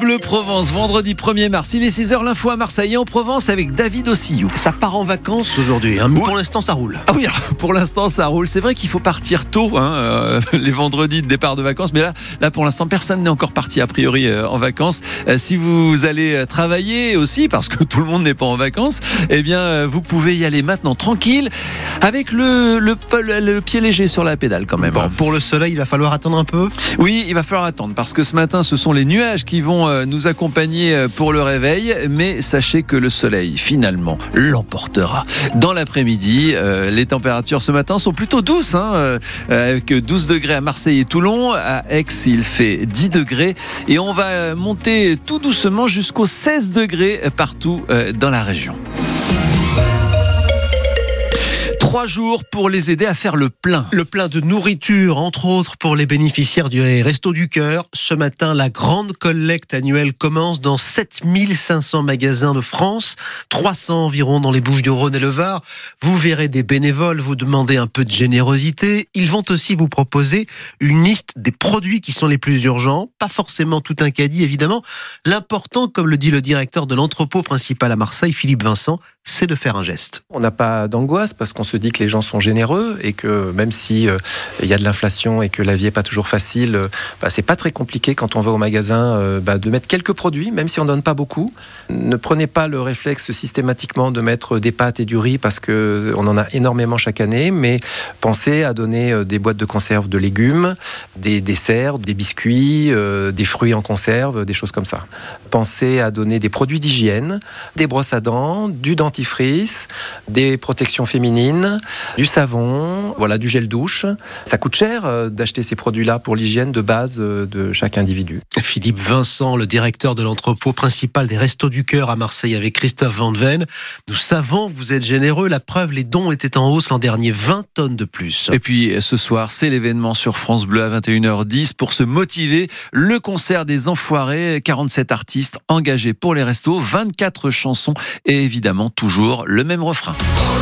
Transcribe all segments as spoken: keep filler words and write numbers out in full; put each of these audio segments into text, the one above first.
Bleu Provence, vendredi premier mars, il est six heures, l'info à Marseille et en Provence avec David Ossillou. Ça part en vacances aujourd'hui, hein. Pour l'instant ça roule. Ah oui, alors, pour l'instant ça roule. C'est vrai qu'il faut partir tôt, hein, euh, les vendredis de départ de vacances, mais là, là pour l'instant personne n'est encore parti a priori euh, en vacances. Euh, si vous allez travailler aussi, parce que tout le monde n'est pas en vacances, eh bien euh, vous pouvez y aller maintenant tranquille, avec le, le, le, le pied léger sur la pédale quand même. Bon, pour le soleil, il va falloir attendre un peu. Oui, il va falloir attendre, parce que ce matin ce sont les nuages qui vont euh, nous accompagner pour le réveil, mais sachez que le soleil finalement l'emportera. Dans l'après-midi, euh, les températures ce matin sont plutôt douces, hein, euh, avec douze degrés à Marseille et Toulon. À Aix, il fait dix degrés et on va monter tout doucement jusqu'aux seize degrés partout euh, dans la région. Trois jours pour les aider à faire le plein. Le plein de nourriture, entre autres pour les bénéficiaires du Resto du Cœur. Ce matin, la grande collecte annuelle commence dans sept mille cinq cents magasins de France, trois cents environ dans les Bouches-du-Rhône et le Var. Vous verrez des bénévoles vous demander un peu de générosité. Ils vont aussi vous proposer une liste des produits qui sont les plus urgents. Pas forcément tout un caddie, évidemment. L'important, comme le dit le directeur de l'entrepôt principal à Marseille, Philippe Vincent, c'est de faire un geste. On n'a pas d'angoisse parce qu'on se dit que les gens sont généreux et que même si euh, il y a de l'inflation et que la vie est pas toujours facile, euh, bah, c'est pas très compliqué quand on va au magasin euh, bah, de mettre quelques produits, même si on donne pas beaucoup. Ne prenez pas le réflexe systématiquement de mettre des pâtes et du riz parce que on en a énormément chaque année, mais pensez à donner euh, des boîtes de conserve de légumes, des desserts, des biscuits, euh, des fruits en conserve, des choses comme ça. Pensez à donner des produits d'hygiène, des brosses à dents, du dentifrice, des protections féminines, du savon, voilà, du gel douche. Ça coûte cher euh, d'acheter ces produits-là pour l'hygiène de base euh, de chaque individu. Philippe Vincent, le directeur de l'entrepôt principal des Restos du Cœur à Marseille avec Christophe Van Ven. Nous savons que vous êtes généreux. La preuve, les dons étaient en hausse l'an dernier, vingt tonnes de plus. Et puis ce soir, c'est l'événement sur France Bleu à vingt et une heures dix pour se motiver. Le concert des Enfoirés, quarante-sept artistes engagés pour les restos, vingt-quatre chansons et évidemment toujours le même refrain.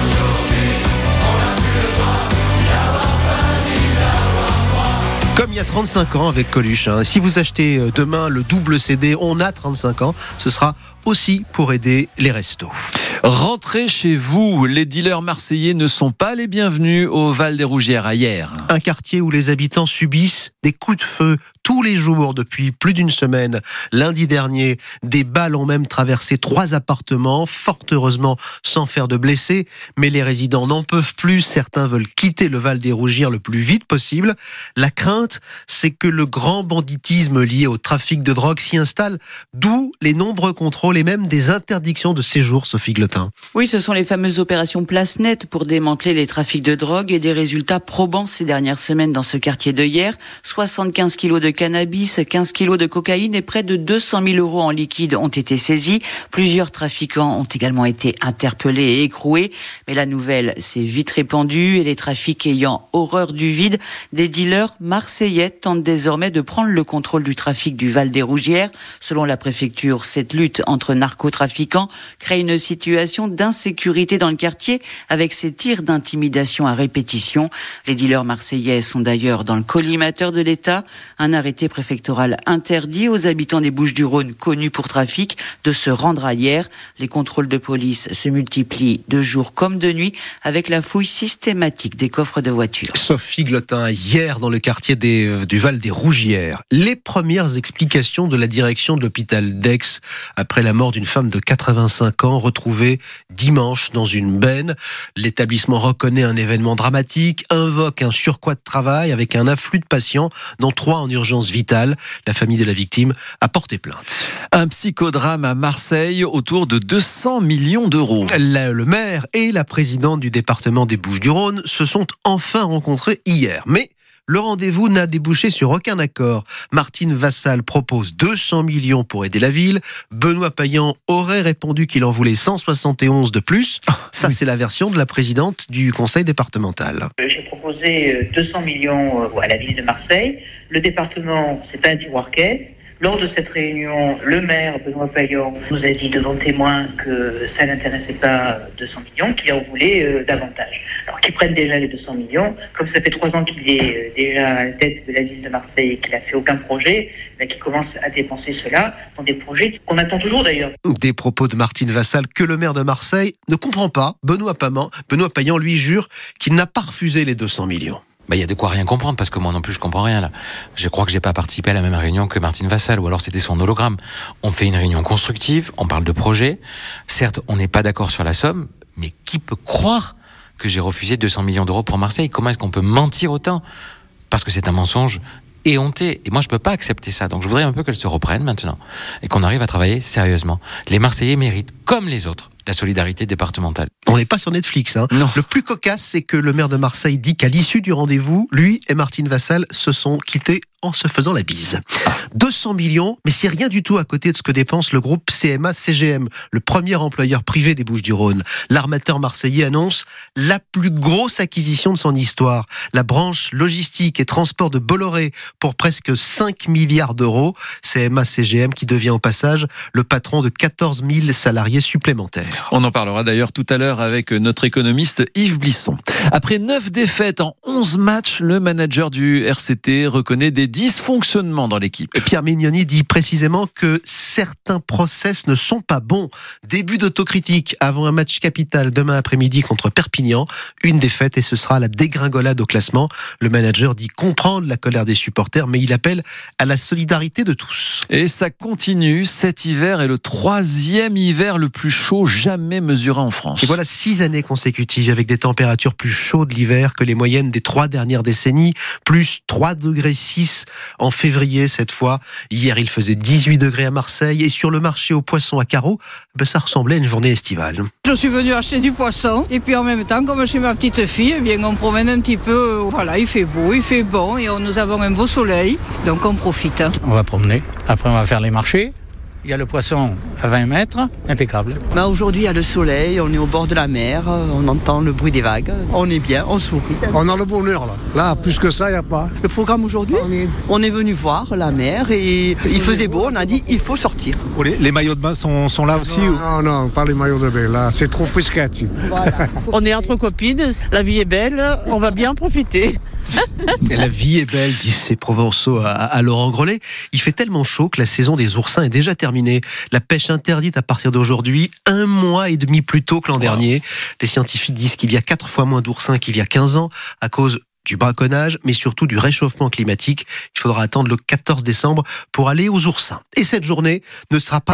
Comme il y a trente-cinq ans avec Coluche. Hein. Si vous achetez demain le double C D, on a trente-cinq ans, ce sera aussi pour aider les restos. Rentrez chez vous, les dealers marseillais ne sont pas les bienvenus au Val des Rougières à Hyères. Un quartier où les habitants subissent des coups de feu tous les jours depuis plus d'une semaine. Lundi dernier, des balles ont même traversé trois appartements, fort heureusement sans faire de blessés. Mais les résidents n'en peuvent plus, certains veulent quitter le Val des Rougières le plus vite possible. La crainte, c'est que le grand banditisme lié au trafic de drogue s'y installe, d'où les nombreux contrôles et même des interdictions de séjour, Sophie Glotin. Oui, ce sont les fameuses opérations Place Nette pour démanteler les trafics de drogue et des résultats probants ces dernières semaines dans ce quartier de Hyères. soixante-quinze kilos de cannabis, quinze kilos de cocaïne et près de deux cent mille euros en liquide ont été saisis. Plusieurs trafiquants ont également été interpellés et écroués. Mais la nouvelle s'est vite répandue et les trafics ayant horreur du vide, des dealers marseillais tentent désormais de prendre le contrôle du trafic du Val des Rougières. Selon la préfecture, cette lutte entre narcotrafiquants crée une situation d'insécurité dans le quartier avec ces tirs d'intimidation à répétition. Les dealers marseillais sont d'ailleurs dans le collimateur de l'État. Un arrêté préfectoral interdit aux habitants des Bouches-du-Rhône connus pour trafic de se rendre à Hyères. Les contrôles de police se multiplient de jour comme de nuit avec la fouille systématique des coffres de voitures. Sophie Glotin, hier dans le quartier des, du Val des Rougières. Les premières explications de la direction de l'hôpital d'Aix après la mort d'une femme de quatre-vingt-cinq ans retrouvée dimanche dans une benne. L'établissement reconnaît un événement dramatique, invoque un surcroît de travail avec un afflux de patients, dont trois en urgence vitale. La famille de la victime a porté plainte. Un psychodrame à Marseille autour de deux cents millions d'euros. Le, le maire et la présidente du département des Bouches-du-Rhône se sont enfin rencontrés hier. Mais le rendez-vous n'a débouché sur aucun accord. Martine Vassal propose deux cents millions pour aider la ville. Benoît Payan aurait répondu qu'il en voulait cent soixante et onze de plus. Ça, oui. C'est la version de la présidente du conseil départemental. J'ai proposé deux cents millions à la ville de Marseille. Le département s'est pas dit worké. Lors de cette réunion, le maire, Benoît Payan, nous a dit devant témoins que ça n'intéressait pas deux cents millions, qu'il en voulait euh, davantage. Alors qu'ils prennent déjà les deux cents millions, comme ça fait trois ans qu'il est euh, déjà à la tête de la ville de Marseille et qu'il n'a fait aucun projet, ben, qu'il commence à dépenser cela dans des projets qu'on attend toujours d'ailleurs. Des propos de Martine Vassal que le maire de Marseille ne comprend pas. Benoît Payan, Benoît Payan lui jure qu'il n'a pas refusé les deux cents millions. Bah, y a de quoi rien comprendre, parce que moi non plus je comprends rien là. Je crois que j'ai pas participé à la même réunion que Martine Vassal, ou alors c'était son hologramme. On fait une réunion constructive, on parle de projet. Certes, on n'est pas d'accord sur la somme, mais qui peut croire que j'ai refusé deux cents millions d'euros pour Marseille? Comment est-ce qu'on peut mentir autant? Parce que c'est un mensonge éhonté. Et moi, je peux pas accepter ça. Donc je voudrais un peu qu'elle se reprenne maintenant et qu'on arrive à travailler sérieusement. Les Marseillais méritent, comme les autres, la solidarité départementale. On n'est pas sur Netflix. Hein. Le plus cocasse, c'est que le maire de Marseille dit qu'à l'issue du rendez-vous, lui et Martine Vassal se sont quittés en se faisant la bise. deux cents millions, mais c'est rien du tout à côté de ce que dépense le groupe C M A C G M, le premier employeur privé des Bouches-du-Rhône. L'armateur marseillais annonce la plus grosse acquisition de son histoire. La branche logistique et transport de Bolloré pour presque cinq milliards d'euros. C M A C G M qui devient au passage le patron de quatorze mille salariés supplémentaires. On en parlera d'ailleurs tout à l'heure avec notre économiste Yves Blisson. Après neuf défaites en onze matchs, le manager du R C T reconnaît des dysfonctionnements dans l'équipe. Pierre Mignoni dit précisément que certains process ne sont pas bons. Début d'autocritique avant un match capital demain après-midi contre Perpignan. Une défaite et ce sera la dégringolade au classement. Le manager dit comprendre la colère des supporters, mais il appelle à la solidarité de tous. Et ça continue. Cet hiver est le troisième hiver le plus chaud jamais mesuré en France. Et voilà six années consécutives avec des températures plus chaudes l'hiver que les moyennes des trois dernières décennies. Plus trois degrés six en février cette fois. Hier, il faisait dix-huit degrés à Marseille et sur le marché aux poissons à carreaux, ben, ça ressemblait à une journée estivale. Je suis venu acheter du poisson et puis en même temps, comme chez ma petite fille, eh bien, on promène un petit peu. Voilà, il fait beau, il fait bon et on, nous avons un beau soleil, donc on profite. On va promener, après on va faire les marchés. Il y a le poisson à vingt mètres, impeccable. Bah aujourd'hui, il y a le soleil, on est au bord de la mer, on entend le bruit des vagues, on est bien, on sourit. On a le bonheur là. Là, plus que ça, il n'y a pas. Le programme aujourd'hui, on est... on est venu voir la mer et il faisait beau, on a dit il faut sortir. Les, les maillots de bain sont, sont là aussi Non, ou... non, non, pas les maillots de bain, là, c'est trop frisquet. Voilà. On est entre copines, la vie est belle, on va bien en profiter. La vie est belle, disent ces Provençaux à, à Laurent Grellet. Il fait tellement chaud que la saison des oursins est déjà terminée. La pêche interdite à partir d'aujourd'hui, un mois et demi plus tôt que l'an wow. dernier. Les scientifiques disent qu'il y a quatre fois moins d'oursins qu'il y a quinze ans à cause du braconnage, mais surtout du réchauffement climatique. Il faudra attendre le quatorze décembre pour aller aux oursins. Et cette journée ne sera pas